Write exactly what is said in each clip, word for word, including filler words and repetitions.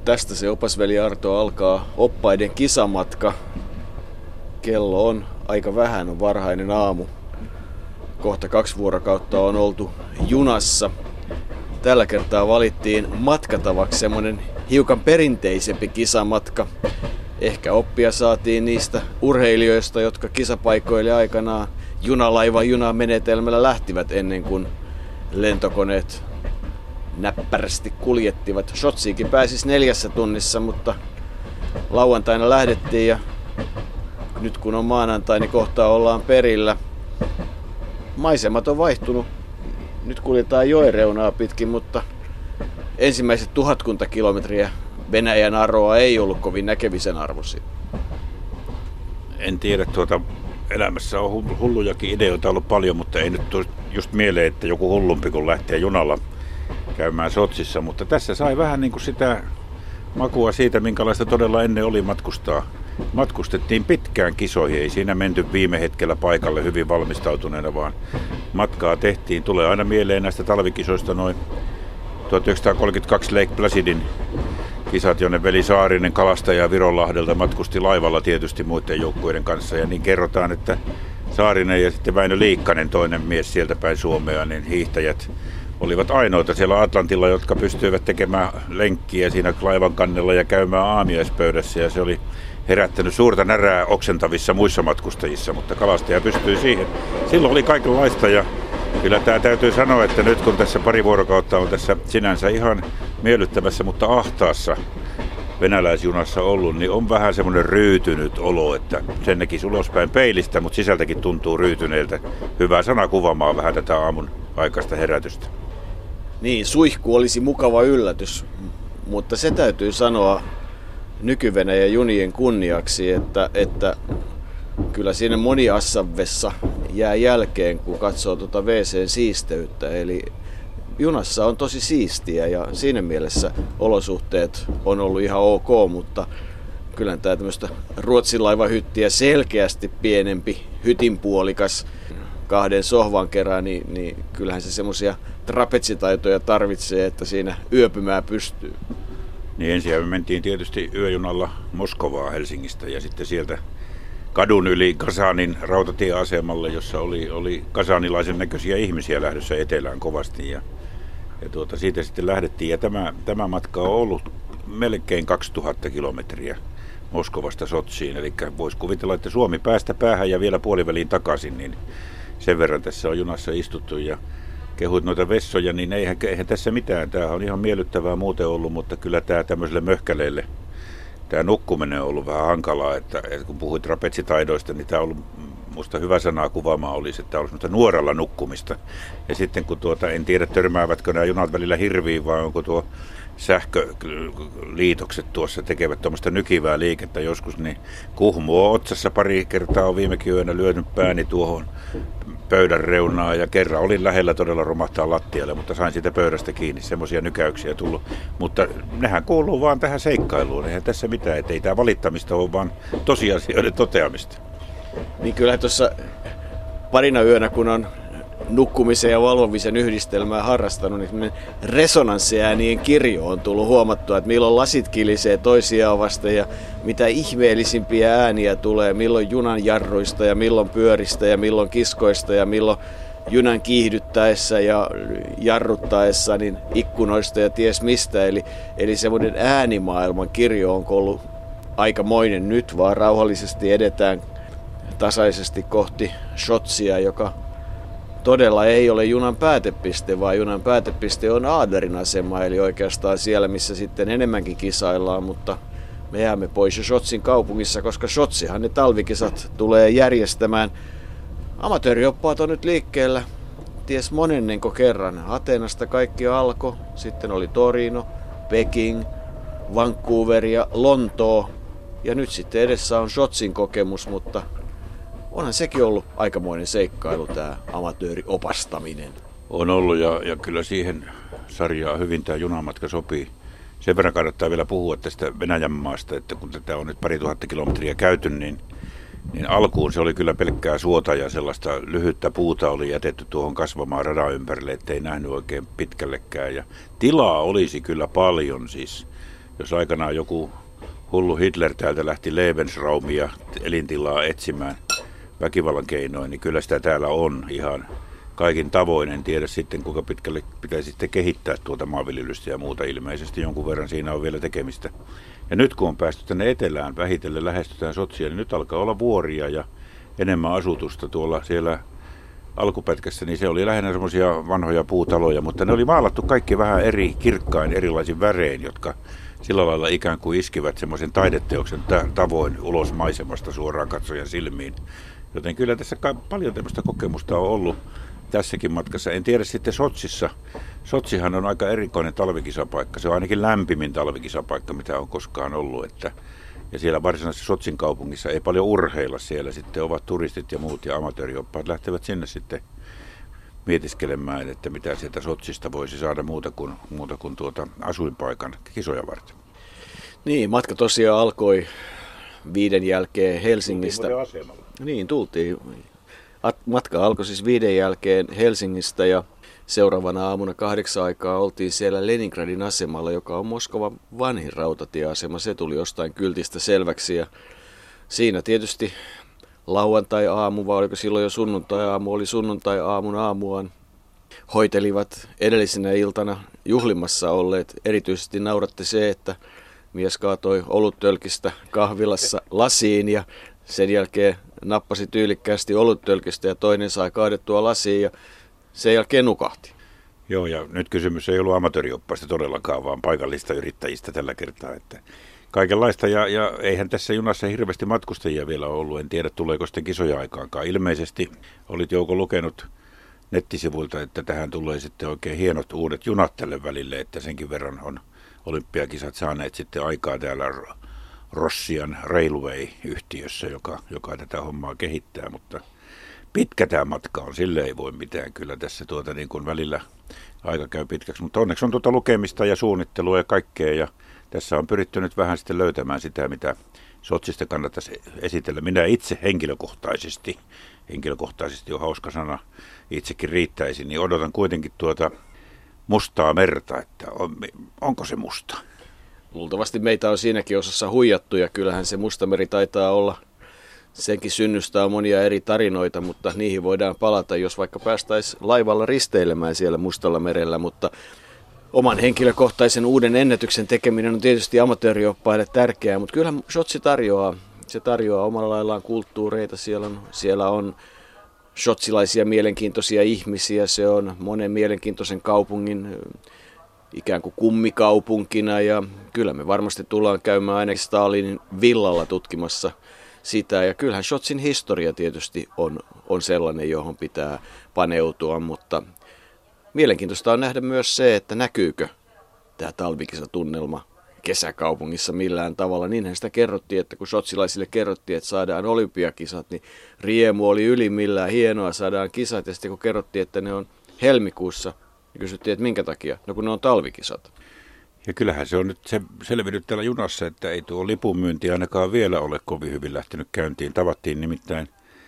Tästä se opasveli Arto alkaa oppaiden kisamatka. Kello on aika vähän, on varhainen aamu. Kohta kaksi vuorokautta on oltu junassa. Tällä kertaa valittiin matkatavaksi semmoinen hiukan perinteisempi kisamatka. Ehkä oppia saatiin niistä urheilijoista, jotka kisapaikoille aikanaan junalaiva junamenetelmällä lähtivät ennen kuin lentokoneet näppärästi kuljettivat. Sotsiikin pääsis neljässä tunnissa, mutta lauantaina lähdettiin ja nyt kun on maanantai, niin kohta ollaan perillä. Maisemat on vaihtunut. Nyt kuljetaan joen reunaa pitkin, mutta ensimmäiset tuhatkunta kilometriä Venäjän aroa ei ollut kovin näkemisen arvoisia. En tiedä, tuota, elämässä on hullujakin ideoita ollut paljon, mutta ei nyt tule just mieleen, että joku hullumpi kun lähtee junalla käymään Sotsissa. Mutta tässä sai vähän niin kuin sitä makua siitä, minkälaista todella ennen oli matkustaa. Matkustettiin pitkään kisoihin, ei siinä menty viime hetkellä paikalle hyvin valmistautuneena, vaan matkaa tehtiin. Tulee aina mieleen näistä talvikisoista noin tuhatyhdeksänsataakolmekymmentäkaksi Lake Placidin kisat, jonne veli Saarinen kalastaja Vironlahdelta matkusti laivalla tietysti muiden joukkueiden kanssa. Ja niin kerrotaan, että Saarinen ja sitten Väinö Liikkanen, toinen mies sieltä päin Suomea, niin hiihtäjät olivat ainoita siellä Atlantilla, jotka pystyivät tekemään lenkkiä siinä laivan kannella ja käymään aamiaispöydässä. Ja se oli herättänyt suurta närää oksentavissa muissa matkustajissa, mutta kalastaja pystyi siihen. Silloin oli kaikenlaista ja kyllä tämä täytyy sanoa, että nyt kun tässä pari vuorokautta on tässä sinänsä ihan miellyttävässä, mutta ahtaassa venäläisjunassa ollut, niin on vähän semmoinen ryytynyt olo, että sen näkisi ulospäin peilistä, mutta sisältäkin tuntuu ryytyneeltä. Hyvä sana kuvaamaan vähän tätä aamun aikaista herätystä. Niin, suihku olisi mukava yllätys, mutta se täytyy sanoa nyky-Venäjän junien kunniaksi, että, että kyllä siinä moni assavessa jää jälkeen, kun katsoo tuota wc:n siisteyttä. Eli junassa on tosi siistiä ja siinä mielessä olosuhteet on ollut ihan ok, mutta kyllä tämä tämmöistä Ruotsin laivahyttiä selkeästi pienempi, hytinpuolikas kahden sohvan kerran, niin, niin kyllähän se semmoisia trapetsitaitoja tarvitsee, että siinä yöpymään pystyy. Niin ensin me mentiin tietysti yöjunalla Moskovaan Helsingistä ja sitten sieltä kadun yli Kasanin rautatieasemalle, jossa oli, oli kasanilaisen näköisiä ihmisiä lähdössä etelään kovasti. Ja, ja tuota, siitä sitten lähdettiin ja tämä, tämä matka on ollut melkein kaksituhatta kilometriä Moskovasta Sotsiin. Eli voisi kuvitella, että Suomi päästä päähän ja vielä puoliväliin takaisin, niin sen verran tässä on junassa istuttu ja kehuit noita vessoja, niin eihän, eihän tässä mitään. Tämä on ihan miellyttävää muuten ollut, mutta kyllä tämä tämmöiselle möhkäleelle, tämä nukkuminen on ollut vähän hankalaa. Että, että kun puhuit trapetsitaidoista, niin tämä on ollut musta hyvä sanaa kuvaamaan olisi, että tämä on semmoista nuoralla nukkumista. Ja sitten kun tuota, en tiedä törmäävätkö nämä junat välillä hirviin, vai onko tuo sähköliitokset tuossa tekevät tuommoista nykivää liikettä joskus, niin kuhmu on otsassa pari kertaa, on viimekin yönä lyönyt pääni tuohon pöydän reunaan ja kerran olin lähellä todella romahtaa lattialle, mutta sain siitä pöydästä kiinni, semmoisia nykäyksiä tullut. Mutta nehän kuuluu vaan tähän seikkailuun, eihän tässä mitään, ettei tämä valittamista ole vaan tosiasioiden toteamista. Niin kyllä tuossa parina yönä, kun on nukkumisen ja valvomisen yhdistelmää harrastanut, niin resonanssiäänien kirjo on tullut huomattua, että milloin lasit kilisee toisiaan vasten ja mitä ihmeellisimpiä ääniä tulee, milloin junan jarruista ja milloin pyöristä ja milloin kiskoista ja milloin junan kiihdyttäessä ja jarruttaessa niin ikkunoista ja ties mistä. Eli, eli semmoinen äänimaailman kirjo on ollut aikamoinen. Nyt vaan rauhallisesti edetään tasaisesti kohti Sotsia, joka todella ei ole junan päätepiste, vaan junan päätepiste on Adlerin asema, eli oikeastaan siellä, missä sitten enemmänkin kisaillaan, mutta me jäämme pois jo Sotsin kaupungissa, koska Sotsihan ne talvikisat tulee järjestämään. Amatöörioppaat on nyt liikkeellä, ties monennenko kerran. Ateenasta kaikki alkoi, sitten oli Torino, Peking, Vancouver ja Lontoo, ja nyt sitten edessä on Sotsin kokemus, mutta onhan sekin ollut aikamoinen seikkailu, tämä amatööriopastaminen. On ollut ja, ja kyllä siihen sarjaan hyvin tämä junamatka sopii. Sen verran kannattaa vielä puhua tästä Venäjän maasta, että kun tätä on nyt pari tuhatta kilometriä käyty, niin, niin alkuun se oli kyllä pelkkää suota ja sellaista lyhyttä puuta oli jätetty tuohon kasvamaan radan ympärille, ettei nähnyt oikein pitkällekään. Ja tilaa olisi kyllä paljon siis. jos aikanaan joku hullu Hitler täältä lähti Lebensraumia elintilaa etsimään väkivallan keinoin, niin kyllä sitä täällä on ihan kaikin tavoin. En tiedä sitten, kuinka pitkälle pitäisi sitten kehittää tuota maanviljelystä ja muuta. Ilmeisesti jonkun verran siinä on vielä tekemistä. Ja nyt kun on päästy tänne etelään, vähitellen lähestytään Sotsia, niin nyt alkaa olla vuoria ja enemmän asutusta tuolla siellä alkupätkässä, niin se oli lähinnä semmoisia vanhoja puutaloja, mutta ne oli maalattu kaikki vähän eri kirkkain erilaisin värein, jotka sillä lailla ikään kuin iskivät semmoisen taideteoksen tavoin ulos maisemasta suoraan katsojan silmiin. Joten kyllä tässä paljon tämmöistä kokemusta on ollut tässäkin matkassa. En tiedä sitten Sotsissa. Sotsihan on aika erikoinen talvikisapaikka. Se on ainakin lämpimin talvikisapaikka, mitä on koskaan ollut. Että, ja siellä varsinaisessa Sotsin kaupungissa ei paljon urheilla. Siellä sitten ovat turistit ja muut ja amatöörioppaat lähtevät sinne sitten mietiskelemään, että mitä sieltä Sotsista voisi saada muuta kuin, muuta kuin tuota asuinpaikan kisoja varten. Niin, matka tosiaan alkoi viiden jälkeen Helsingistä. Niin, tultiin. Matka alkoi siis viiden jälkeen Helsingistä ja seuraavana aamuna kahdeksan aikaa oltiin siellä Leningradin asemalla, joka on Moskovan vanhin rautatieasema. Se tuli jostain kyltistä selväksi ja siinä tietysti lauantai-aamu, vai oliko silloin jo sunnuntai-aamu, oli sunnuntai-aamun aamuaan. Hoitelivat edellisenä iltana juhlimassa olleet. Erityisesti nauratti se, että mies kaatoi oluttölkistä kahvilassa lasiin ja sen jälkeen nappasi tyylikkäästi oluttölkistä ja toinen sai kaadettua lasiin ja sen jälkeen nukahti. Joo, ja nyt kysymys ei ollut amatöörioppaista todellakaan, vaan paikallista yrittäjistä tällä kertaa. Että kaikenlaista, ja, ja eihän tässä junassa hirveästi matkustajia vielä ollut. En tiedä, tuleeko sitten kisoja aikaankaan. Ilmeisesti olit Jouko lukenut nettisivuilta, että tähän tulee sitten oikein hienot uudet junat tälle välille, että senkin verran on olympiakisat saaneet sitten aikaa täällä Rossian Railway-yhtiössä, joka, joka tätä hommaa kehittää, mutta pitkä tämä matka on, sille ei voi mitään. Kyllä tässä tuota niin kuin välillä aika käy pitkäksi, mutta onneksi on tuota lukemista ja suunnittelua ja kaikkea, ja tässä on pyritty nyt vähän sitten löytämään sitä, mitä Sotsista kannattaisi esitellä. Minä itse henkilökohtaisesti, henkilökohtaisesti on hauska sana, itsekin riittäisi, niin odotan kuitenkin tuota mustaa merta, että on, onko se musta? Luultavasti meitä on siinäkin osassa huijattu ja kyllähän se Mustameri taitaa olla. Senkin synnystä on monia eri tarinoita, mutta niihin voidaan palata, jos vaikka päästäisiin laivalla risteilemään siellä Mustalla merellä. Mutta oman henkilökohtaisen uuden ennätyksen tekeminen on tietysti amatöörioppaille tärkeää, mutta kyllähän Sotsi tarjoaa, se tarjoaa omalla laillaan kulttuureita. Siellä on, siellä on sotsilaisia mielenkiintoisia ihmisiä, se on monen mielenkiintoisen kaupungin ikään kuin kummikaupunkina ja kyllä me varmasti tullaan käymään ainakin Stalinin villalla tutkimassa sitä. Ja kyllähän Sotsin historia tietysti on, on sellainen, johon pitää paneutua, mutta mielenkiintoista on nähdä myös se, että näkyykö tämä talvikisatunnelma kesäkaupungissa millään tavalla. Niinhän sitä kerrottiin, että kun sotsilaisille kerrottiin, että saadaan olympiakisat, niin riemu oli ylimmillään, hienoa, saadaan kisat. Ja sitten kun kerrottiin, että ne on helmikuussa, niin kysyttiin, että minkä takia? No kun ne on talvikisat. Ja kyllähän se on nyt se selvinnyt täällä junassa, että ei tuo lipunmyynti ainakaan vielä ole kovin hyvin lähtenyt käyntiin. Tavattiin nimittäin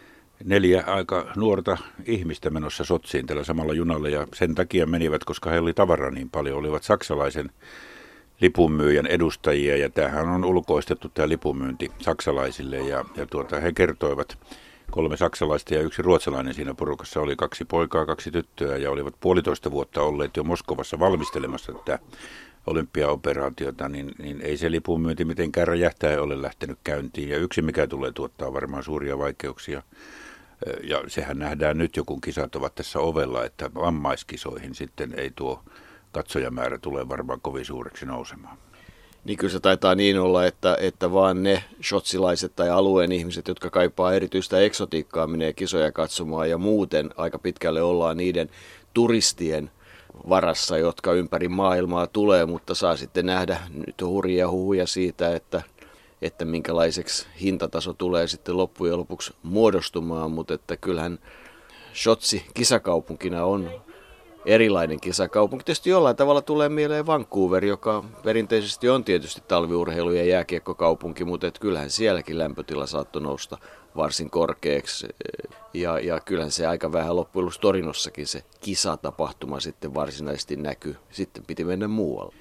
neljä aika nuorta ihmistä menossa Sotsiin tällä samalla junalla ja sen takia menivät, koska he oli tavaraa niin paljon, olivat saksalaisen lipunmyyjän edustajia ja tämähän on ulkoistettu tämä lipunmyynti saksalaisille ja, ja tuota, he kertoivat, kolme saksalaista ja yksi ruotsalainen siinä porukassa oli kaksi poikaa, kaksi tyttöä ja olivat puolitoista vuotta olleet jo Moskovassa valmistelemassa tätä olympiaoperaatiota, niin, niin ei se lipunmyynti mitenkään räjähtää ole lähtenyt käyntiin ja yksi mikä tulee tuottaa varmaan suuria vaikeuksia. Ja sehän nähdään nyt jo, kun kisat ovat tässä ovella, että vammaiskisoihin sitten ei tuo katsojamäärä tule varmaan kovin suureksi nousemaan. Niin kyllä se taitaa niin olla, että, että vaan ne shotsilaiset tai alueen ihmiset, jotka kaipaa erityistä eksotiikkaa, menee kisoja katsomaan ja muuten aika pitkälle ollaan niiden turistien varassa, jotka ympäri maailmaa tulee, mutta saa sitten nähdä nyt hurjia huhuja siitä, että, että minkälaiseksi hintataso tulee sitten loppujen lopuksi muodostumaan, mutta että kyllähän Sotsi kisakaupunkina on erilainen kisakaupunki. Tietysti jollain tavalla tulee mieleen Vancouver, joka perinteisesti on tietysti talviurheilu- ja jääkiekkokaupunki, mutta että kyllähän sielläkin lämpötila saattoi nousta varsin korkeaksi. Ja, ja kyllähän se aika vähän loppujen lopuksi Torinossakin se kisatapahtuma sitten varsinaisesti näkyy. Sitten piti mennä muualle.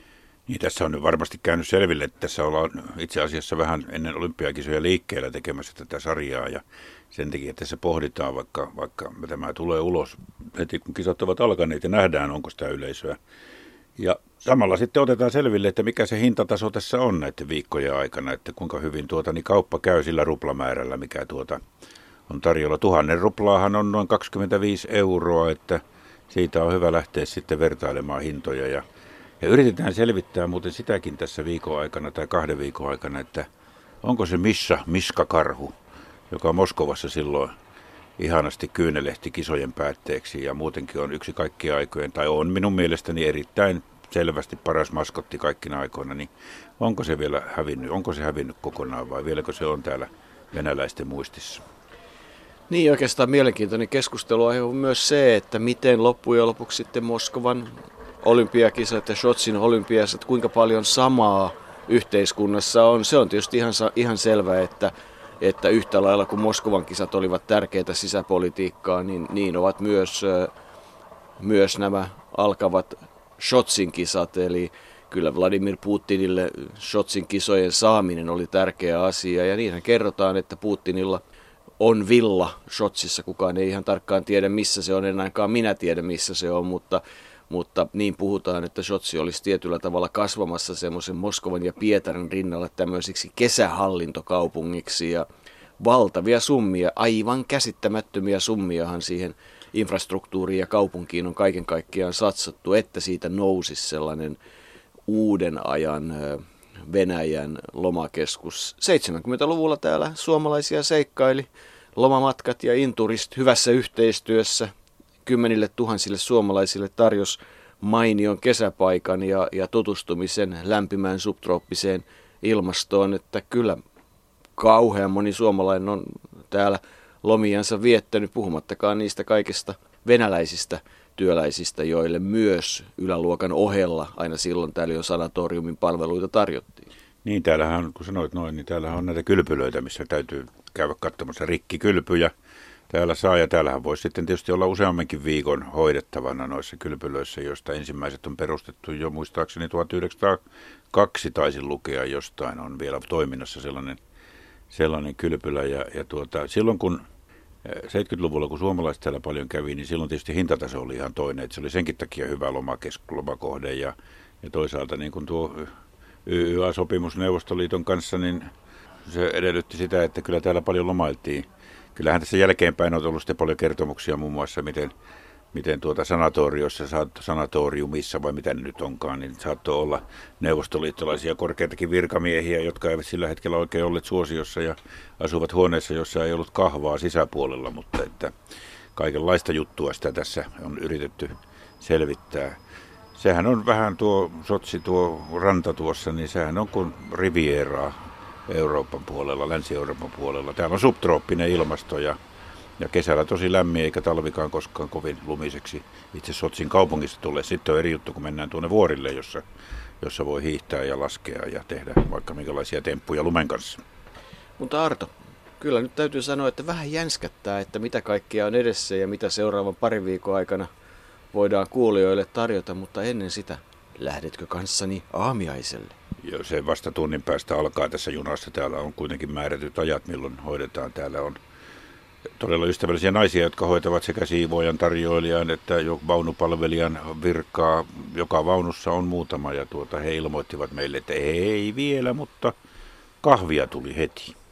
Niin, tässä on nyt varmasti käynyt selville, että tässä ollaan itse asiassa vähän ennen olympiakisoja liikkeellä tekemässä tätä sarjaa ja sen takia tässä pohditaan, vaikka, vaikka tämä tulee ulos heti kun kisat ovat alkaneet ja nähdään, onko sitä yleisöä. Ja samalla sitten otetaan selville, että mikä se hintataso tässä on näiden viikkojen aikana, että kuinka hyvin tuota, niin kauppa käy sillä ruplamäärällä, mikä tuota on tarjolla. Tuhannen ruplaahan on noin kaksikymmentäviisi euroa, että siitä on hyvä lähteä sitten vertailemaan hintoja ja Ja yritetään selvittää muuten sitäkin tässä viikon aikana tai kahden viikon aikana, että onko se Misha Miska-karhu, joka Moskovassa silloin ihanasti kyynelehti kisojen päätteeksi ja muutenkin on yksi kaikkien aikojen, tai on minun mielestäni erittäin selvästi paras maskotti kaikkina aikoina, niin onko se vielä hävinnyt, onko se hävinnyt kokonaan vai vieläkö se on täällä venäläisten muistissa? Niin, oikeastaan mielenkiintoinen keskustelu on myös se, että miten loppujen lopuksi sitten Moskovan olympiakisat ja Sotsin olympiasat, kuinka paljon samaa yhteiskunnassa on. Se on tietysti ihan, ihan selvä, että, että yhtä lailla kuin Moskovan kisat olivat tärkeitä sisäpolitiikkaa, niin, niin ovat myös, myös nämä alkavat Sotsin kisat. Eli kyllä Vladimir Putinille Sotsin kisojen saaminen oli tärkeä asia. Ja niinhän kerrotaan, että Putinilla on villa Sotsissa. Kukaan ei ihan tarkkaan tiedä, missä se on, en ainakaan minä tiedä, missä se on, mutta Mutta niin puhutaan, että Sotsi olisi tietyllä tavalla kasvamassa semmoisen Moskovan ja Pietarin rinnalla tämmöisiksi kesähallintokaupungiksi ja valtavia summia, aivan käsittämättömiä summiahan siihen infrastruktuuriin ja kaupunkiin on kaiken kaikkiaan satsattu, että siitä nousisi sellainen uuden ajan Venäjän lomakeskus. seitsemänkymmentäluvulla täällä suomalaisia seikkaili lomamatkat ja inturist hyvässä yhteistyössä. Kymmenille tuhansille suomalaisille tarjosi mainion kesäpaikan ja, ja tutustumisen lämpimään subtrooppiseen ilmastoon, että kyllä kauhean moni suomalainen on täällä lomiansa viettänyt, puhumattakaan niistä kaikista venäläisistä työläisistä, joille myös yläluokan ohella aina silloin täällä jo sanatoriumin palveluita tarjottiin. Niin, täällähän, kun sanoit noin, niin täällähän on näitä kylpylöitä, missä täytyy käydä katsomassa rikkikylpyjä. Täällä saa ja täällähän voisi sitten tietysti olla useammankin viikon hoidettavana noissa kylpylöissä, joista ensimmäiset on perustettu jo muistaakseni tuhatyhdeksänsataakaksi taisin lukea jostain, on vielä toiminnassa sellainen, sellainen kylpylä. Ja, ja tuota, silloin kun seitsemänkymmentäluvulla, kun suomalaiset täällä paljon kävi, niin silloin tietysti hintataso oli ihan toinen, että se oli senkin takia hyvä lomakesku, lomakohde ja, ja toisaalta niin kuin tuo Y Y A-sopimus Neuvostoliiton kanssa, niin se edellytti sitä, että kyllä täällä paljon lomailtiin. Kyllähän tässä jälkeenpäin on ollut sitten paljon kertomuksia muun muassa, miten, miten tuota sanatoriossa, sanatoriumissa vai mitä ne nyt onkaan, niin saattoi olla neuvostoliittolaisia korkeitakin virkamiehiä, jotka eivät sillä hetkellä oikein olleet suosiossa ja asuvat huoneessa, jossa ei ollut kahvaa sisäpuolella, mutta että kaikenlaista juttua sitä tässä on yritetty selvittää. Sehän on vähän tuo Sotsi, tuo ranta tuossa, niin sehän on kuin Rivieraa Euroopan puolella, Länsi-Euroopan puolella. Täällä on subtrooppinen ilmasto ja, ja kesällä tosi lämmin eikä talvikaan koskaan kovin lumiseksi. Itse Sotsin kaupungista tulee. Sitten on eri juttu, kun mennään tuonne vuorille, jossa, jossa voi hiihtää ja laskea ja tehdä vaikka minkälaisia temppuja lumen kanssa. Mutta Arto, kyllä nyt täytyy sanoa, että vähän jänskättää, että mitä kaikkea on edessä ja mitä seuraavan parin viikon aikana voidaan kuulijoille tarjota, mutta ennen sitä, lähdetkö kanssani aamiaiselle? Joo, se vasta tunnin päästä alkaa tässä junassa. Täällä on kuitenkin määrätyt ajat, milloin hoidetaan. Täällä on todella ystävällisiä naisia, jotka hoitavat sekä siivoojan, tarjoilijan että jo vaunupalvelijan virkaa. Joka vaunussa on muutama ja tuota, he ilmoittivat meille, että ei vielä, mutta kahvia tuli heti.